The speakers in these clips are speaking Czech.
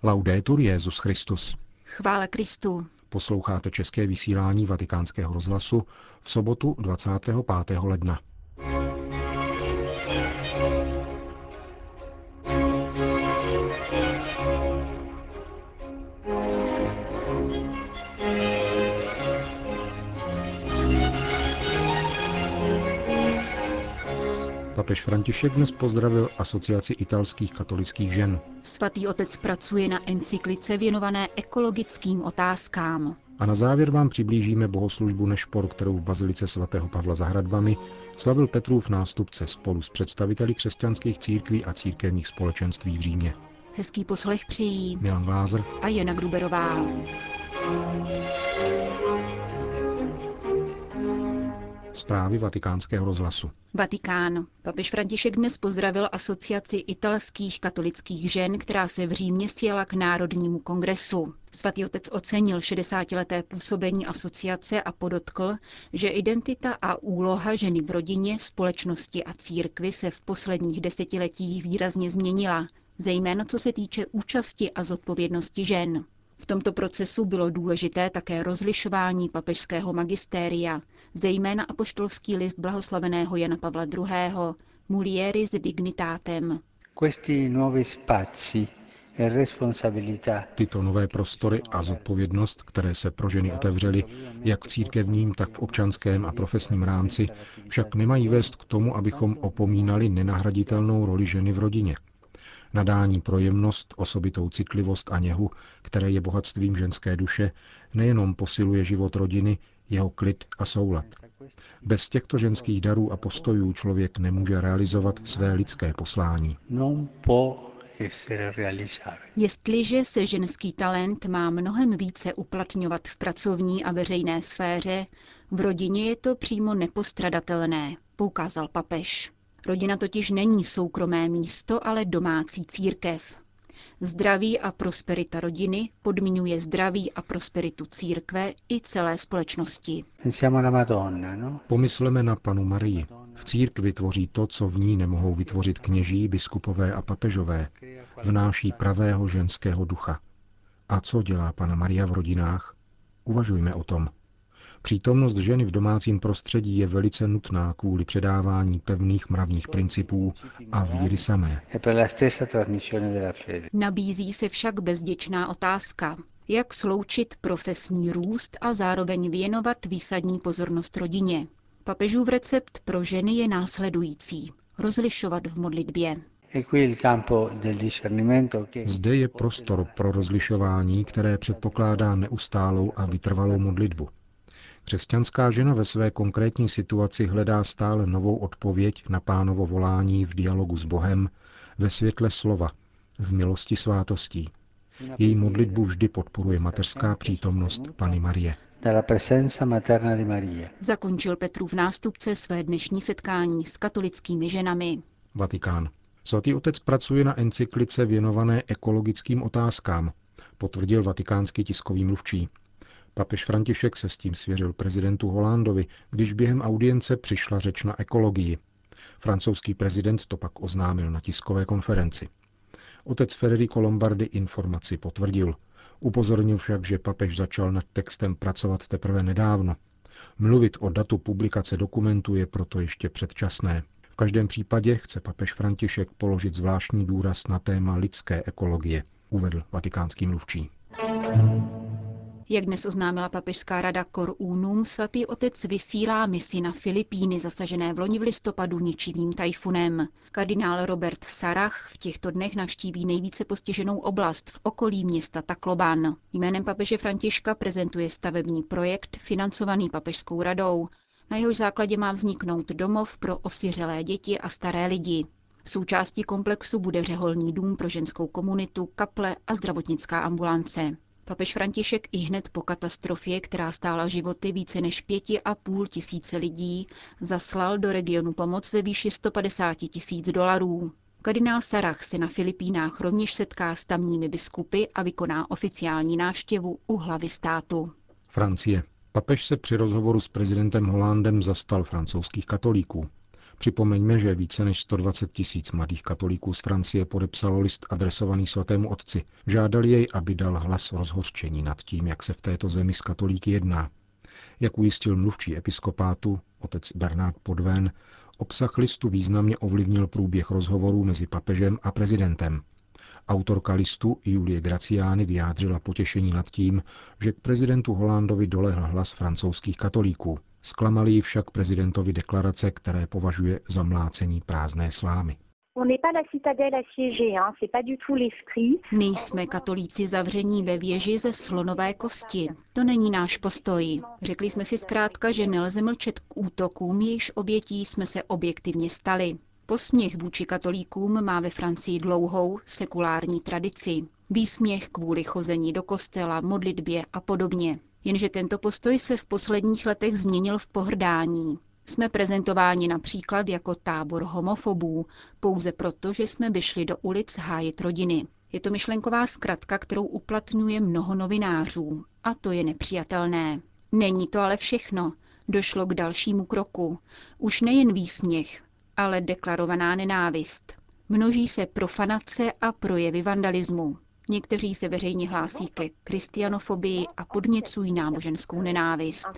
Laudetur Jesus Christus. Chvála Kristu. Posloucháte české vysílání Vatikánského rozhlasu v sobotu 25. ledna. Papež František dnes pozdravil Asociaci italských katolických žen. Svatý otec pracuje na encyklice věnované ekologickým otázkám. A na závěr vám přiblížíme bohoslužbu Nešpor, kterou v bazilice svatého Pavla za hradbami slavil Petrův nástupce spolu s představiteli křesťanských církví a církevních společenství v Římě. Hezký poslech přejí Milan Glázer a Jana Gruberová. Zprávy Vatikánského rozhlasu. Vatikán. Papež František dnes pozdravil Asociaci italských katolických žen, která se v Římě sjela k Národnímu kongresu. Svatý otec ocenil 60leté působení asociace a podotkl, že identita a úloha ženy v rodině, společnosti a církvi se v posledních desetiletích výrazně změnila, zejména co se týče účasti a zodpovědnosti žen. V tomto procesu bylo důležité také rozlišování papežského magistéria, zejména apoštolský list blahoslaveného Jana Pavla II. Mulieris dignitatem. Tyto nové prostory a zodpovědnost, které se pro ženy otevřely, jak v církevním, tak v občanském a profesním rámci, však nemají vést k tomu, abychom opomínali nenahraditelnou roli ženy v rodině. Nadání pro jemnost, osobitou citlivost a něhu, které je bohatstvím ženské duše, nejenom posiluje život rodiny, jeho klid a soulad. Bez těchto ženských darů a postojů člověk nemůže realizovat své lidské poslání. Jestliže se ženský talent má mnohem více uplatňovat v pracovní a veřejné sféře, v rodině je to přímo nepostradatelné, poukázal papež. Rodina totiž není soukromé místo, ale domácí církev. Zdraví a prosperita rodiny podmiňuje zdraví a prosperitu církve i celé společnosti. Pomysleme na Pannu Marii. V církvi tvoří to, co v ní nemohou vytvořit kněží, biskupové a papežové. Vnáší pravého ženského ducha. A co dělá Panna Maria v rodinách? Uvažujme o tom. Přítomnost ženy v domácím prostředí je velice nutná kvůli předávání pevných mravních principů a víry samé. Nabízí se však bezděčná otázka. Jak sloučit profesní růst a zároveň věnovat výsadní pozornost rodině? Papežův recept pro ženy je následující. Rozlišovat v modlitbě. Zde je prostor pro rozlišování, které předpokládá neustálou a vytrvalou modlitbu. Křesťanská žena ve své konkrétní situaci hledá stále novou odpověď na Pánovo volání v dialogu s Bohem, ve světle slova, v milosti svátostí. Její modlitbu vždy podporuje mateřská přítomnost Panny Marie. Zakončil Petrův nástupce své dnešní setkání s katolickými ženami. Vatikán. Svatý otec pracuje na encyklice věnované ekologickým otázkám, potvrdil vatikánský tiskový mluvčí. Papež František se s tím svěřil prezidentu Hollandovi, když během audience přišla řeč na ekologii. Francouzský prezident to pak oznámil na tiskové konferenci. Otec Federico Lombardi informaci potvrdil. Upozornil však, že papež začal nad textem pracovat teprve nedávno. Mluvit o datu publikace dokumentu je proto ještě předčasné. V každém případě chce papež František položit zvláštní důraz na téma lidské ekologie, uvedl vatikánský mluvčí. Jak dnes oznámila papežská rada Cor Unum, svatý otec vysílá misi na Filipíny, zasažené v loni v listopadu ničivým tajfunem. Kardinál Robert Sarach v těchto dnech navštíví nejvíce postiženou oblast v okolí města Tacloban. Jménem papeže Františka prezentuje stavební projekt financovaný papežskou radou. Na jehož základě má vzniknout domov pro osiřelé děti a staré lidi. Součástí komplexu bude řeholní dům pro ženskou komunitu, kaple a zdravotnická ambulance. Papež František i hned po katastrofě, která stála životy více než 5,5 tisíce lidí, zaslal do regionu pomoc ve výši $150,000. Kardinál Sarach se na Filipínách rovněž setká s tamními biskupy a vykoná oficiální návštěvu u hlavy státu. Francie. Papež se při rozhovoru s prezidentem Hollandem zastal francouzských katolíků. Připomeňme, že více než 120 000 mladých katolíků z Francie podepsalo list adresovaný svatému otci. Žádali jej, aby dal hlas rozhořčení nad tím, jak se v této zemi s katolíky jedná. Jak ujistil mluvčí episkopátu, otec Bernard Podvén, obsah listu významně ovlivnil průběh rozhovorů mezi papežem a prezidentem. Autorka listu Julie Graziani vyjádřila potěšení nad tím, že k prezidentu Hollandovi dolehl hlas francouzských katolíků. Zklamaly ji však prezidentovi deklarace, které považuje za mlácení prázdné slámy. Nejsme katolíci zavření ve věži ze slonové kosti. To není náš postoj. Řekli jsme si zkrátka, že nelze mlčet k útokům, jejichž obětí jsme se objektivně stali. Posměch vůči katolíkům má ve Francii dlouhou sekulární tradici. Výsměch kvůli chození do kostela, modlitbě a podobně. Jenže tento postoj se v posledních letech změnil v pohrdání. Jsme prezentováni například jako tábor homofobů, pouze proto, že jsme vyšli do ulic hájit rodiny. Je to myšlenková zkratka, kterou uplatňuje mnoho novinářů. A to je nepřijatelné. Není to ale všechno. Došlo k dalšímu kroku. Už nejen výsměch, ale deklarovaná nenávist. Množí se profanace a projevy vandalismu. Někteří se veřejně hlásí ke křesťanofobii a podněcují náboženskou nenávist.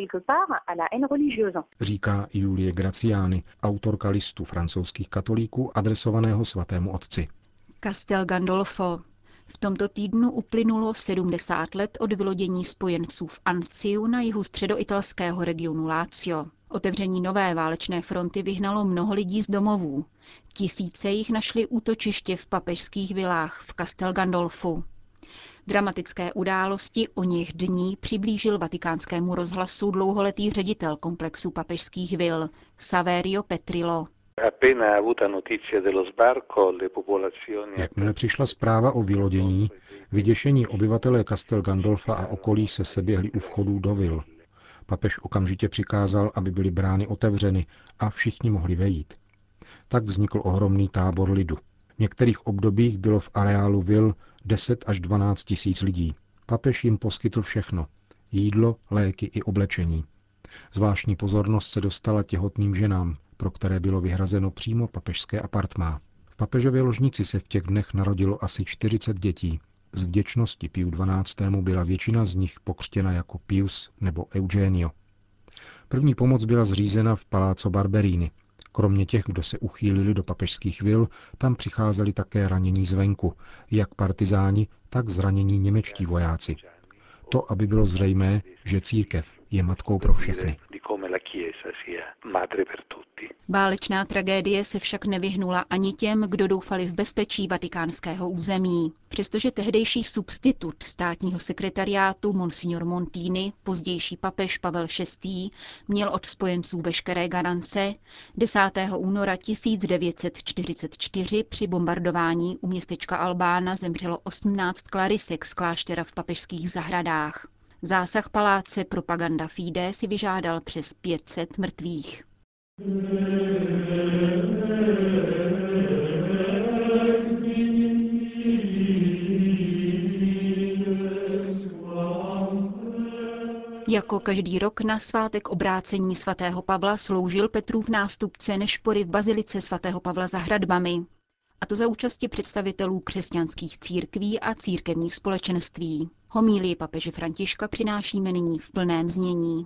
Říká Julie Graziani, autorka listu francouzských katolíků adresovaného svatému otci. Castel Gandolfo. V tomto týdnu uplynulo 70 let od vylodění spojenců v Anciu na jihu středoitalského regionu Lazio. Otevření nové válečné fronty vyhnalo mnoho lidí z domovů. Tisíce jich našli útočiště v papežských vilách v Castel Gandolfu. Dramatické události o nich dní přiblížil Vatikánskému rozhlasu dlouholetý ředitel komplexu papežských vil Saverio Petrillo. Jakmile přišla zpráva o vylodění, vyděšení obyvatelé Castel Gandolfa a okolí se seběhli u vchodů do vil. Papež okamžitě přikázal, aby byly brány otevřeny a všichni mohli vejít. Tak vznikl ohromný tábor lidu. V některých obdobích bylo v areálu vil 10 až 12 tisíc lidí. Papež jim poskytl všechno. Jídlo, léky i oblečení. Zvláštní pozornost se dostala těhotným ženám, pro které bylo vyhrazeno přímo papežské apartmá. V papežově ložnici se v těch dnech narodilo asi 40 dětí. Z vděčnosti Piu XII. Byla většina z nich pokřtěna jako Pius nebo Eugenio. První pomoc byla zřízena v Palazzo Barberini. Kromě těch, kdo se uchýlili do papežských vil, tam přicházeli také ranění zvenku, jak partizáni, tak zranění němečtí vojáci. To, aby bylo zřejmé, že církev je matkou pro všechny. Válečná tragédie se však nevyhnula ani těm, kdo doufali v bezpečí vatikánského území. Přestože tehdejší substitut státního sekretariátu Monsignor Montini, pozdější papež Pavel VI., měl od spojenců veškeré garance, 10. února 1944 při bombardování u městečka Albána zemřelo 18 klarisek z kláštera v papežských zahradách. Zásah paláce Propaganda Fide si vyžádal přes 500 mrtvých. Jako každý rok na svátek obrácení svatého Pavla sloužil Petrův nástupce nešpory v bazilice svatého Pavla za hradbami. A to za účasti představitelů křesťanských církví a církevních společenství. Homílii papeže Františka přinášíme nyní v plném znění.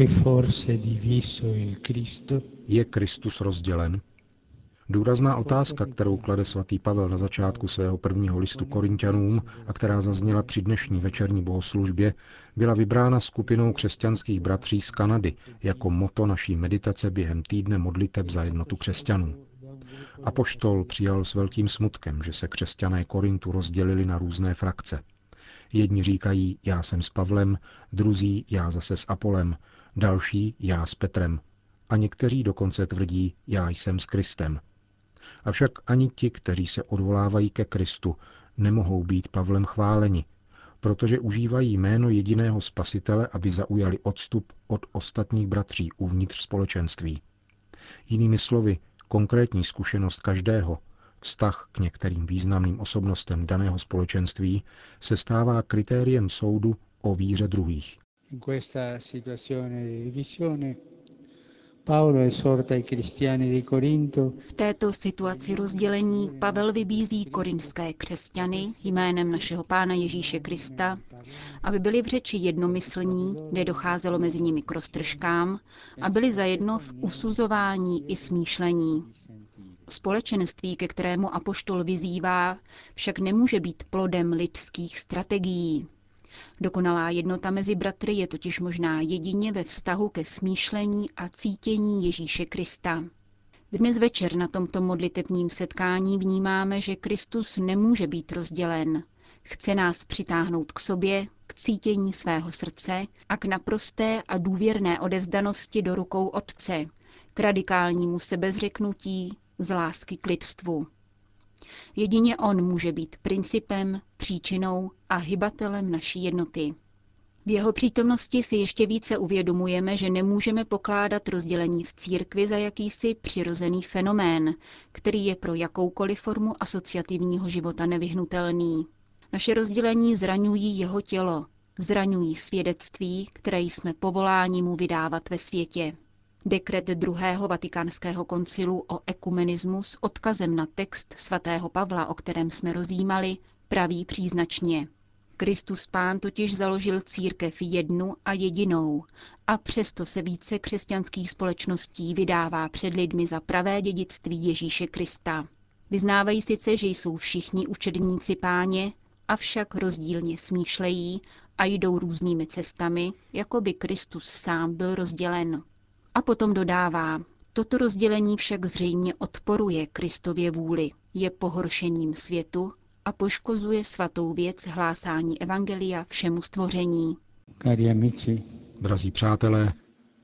Je Kristus rozdělen? Důrazná otázka, kterou klade svatý Pavel na začátku svého prvního listu Korinťanům a která zazněla při dnešní večerní bohoslužbě, byla vybrána skupinou křesťanských bratří z Kanady jako motto naší meditace během týdne modliteb za jednotu křesťanů. Apoštol přijal s velkým smutkem, že se křesťané Korintu rozdělili na různé frakce. Jedni říkají, já jsem s Pavlem, druzí, já zase s Apolem, další, já s Petrem. A někteří dokonce tvrdí, já jsem s Kristem. Avšak ani ti, kteří se odvolávají ke Kristu, nemohou být Pavlem chváleni, protože užívají jméno jediného Spasitele, aby zaujali odstup od ostatních bratří uvnitř společenství. Jinými slovy, konkrétní zkušenost každého, vztah k některým významným osobnostem daného společenství, se stává kritériem soudu o víře druhých. V této situaci rozdělení Pavel vybízí korinské křesťany jménem našeho Pána Ježíše Krista, aby byli v řeči jednomyslní, nedocházelo mezi nimi k roztržkám a byli zajedno v usuzování i smýšlení. Společenství, ke kterému apoštol vyzývá, však nemůže být plodem lidských strategií. Dokonalá jednota mezi bratry je totiž možná jedině ve vztahu ke smýšlení a cítění Ježíše Krista. Dnes večer na tomto modlitebním setkání vnímáme, že Kristus nemůže být rozdělen. Chce nás přitáhnout k sobě, k cítění svého srdce a k naprosté a důvěrné odevzdanosti do rukou Otce, k radikálnímu sebezřeknutí, z lásky k lidstvu. Jedině on může být principem, příčinou a hybatelem naší jednoty. V jeho přítomnosti si ještě více uvědomujeme, že nemůžeme pokládat rozdělení v církvi za jakýsi přirozený fenomén, který je pro jakoukoliv formu asociativního života nevyhnutelný. Naše rozdělení zraňují jeho tělo, zraňují svědectví, které jsme povoláni mu vydávat ve světě. Dekret druhého vatikánského koncilu o ekumenismu s odkazem na text svatého Pavla, o kterém jsme rozjímali, praví příznačně. Kristus Pán totiž založil církev jednu a jedinou a přesto se více křesťanských společností vydává před lidmi za pravé dědictví Ježíše Krista. Vyznávají sice, že jsou všichni učedníci Páně, avšak rozdílně smýšlejí a jdou různými cestami, jako by Kristus sám byl rozdělen. A potom dodává, toto rozdělení však zřejmě odporuje Kristově vůli, je pohoršením světu a poškozuje svatou věc hlásání evangelia všemu stvoření. Drazí přátelé,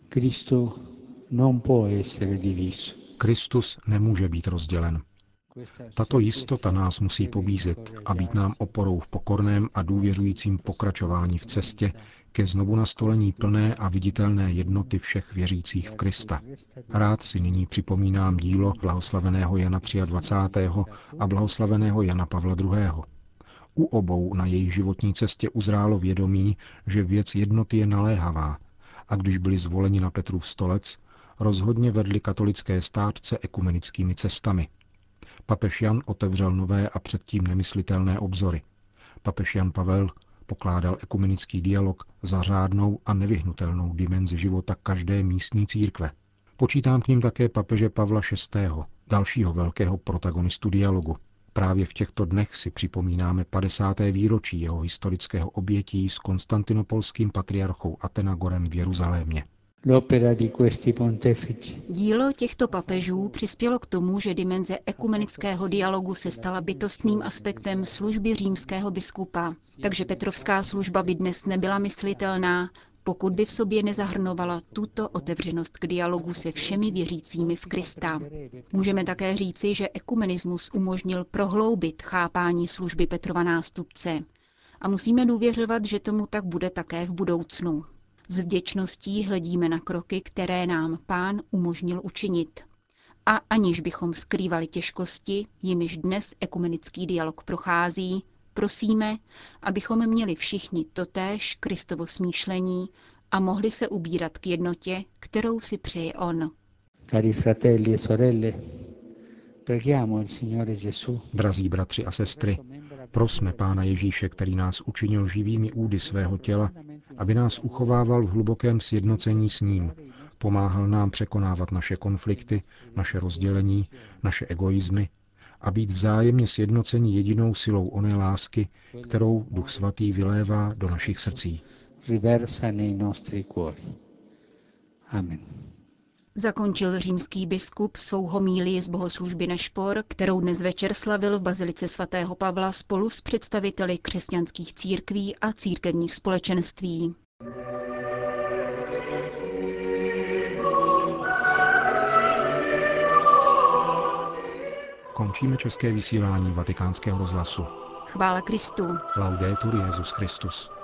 Kristus nemůže být rozdělen. Tato jistota nás musí pobízet a být nám oporou v pokorném a důvěřujícím pokračování v cestě ke znovunastolení plné a viditelné jednoty všech věřících v Krista. Rád si nyní připomínám dílo blahoslaveného Jana 23. a blahoslaveného Jana Pavla II. U obou na jejich životní cestě uzrálo vědomí, že věc jednoty je naléhavá, a když byli zvoleni na Petrův stolec, rozhodně vedli katolické státce ekumenickými cestami. Papež Jan otevřel nové a předtím nemyslitelné obzory. Papež Jan Pavel pokládal ekumenický dialog za řádnou a nevyhnutelnou dimenzi života každé místní církve. Počítám k ním také papeže Pavla VI., dalšího velkého protagonistu dialogu. Právě v těchto dnech si připomínáme 50. výročí jeho historického obětí s konstantinopolským patriarchou Atenagorem v Jeruzalémě. Dílo těchto papežů přispělo k tomu, že dimenze ekumenického dialogu se stala bytostným aspektem služby římského biskupa. Takže petrovská služba by dnes nebyla myslitelná, pokud by v sobě nezahrnovala tuto otevřenost k dialogu se všemi věřícími v Krista. Můžeme také říci, že ekumenismus umožnil prohloubit chápání služby Petrova nástupce. A musíme důvěřovat, že tomu tak bude také v budoucnu. S vděčností hledíme na kroky, které nám Pán umožnil učinit. A aniž bychom skrývali těžkosti, jimiž dnes ekumenický dialog prochází, prosíme, abychom měli všichni totéž Kristovo smýšlení a mohli se ubírat k jednotě, kterou si přeje on. Cari fratelli e sorelle, preghiamo il Signore Gesù. Drazí bratři a sestry, prosme Pána Ježíše, který nás učinil živými údy svého těla, aby nás uchovával v hlubokém sjednocení s ním, pomáhal nám překonávat naše konflikty, naše rozdělení, naše egoizmy a být vzájemně sjednoceni jedinou silou oné lásky, kterou Duch Svatý vylévá do našich srdcí. Riversa nei nostri cuori. Amen. Zakončil římský biskup svou homílii z bohoslužby na Špor, kterou dnes večer slavil v bazilice svatého Pavla spolu s představiteli křesťanských církví a církevních společenství. Končíme české vysílání Vatikánského rozhlasu. Chvála Kristu. Laudetur Jesus Christus.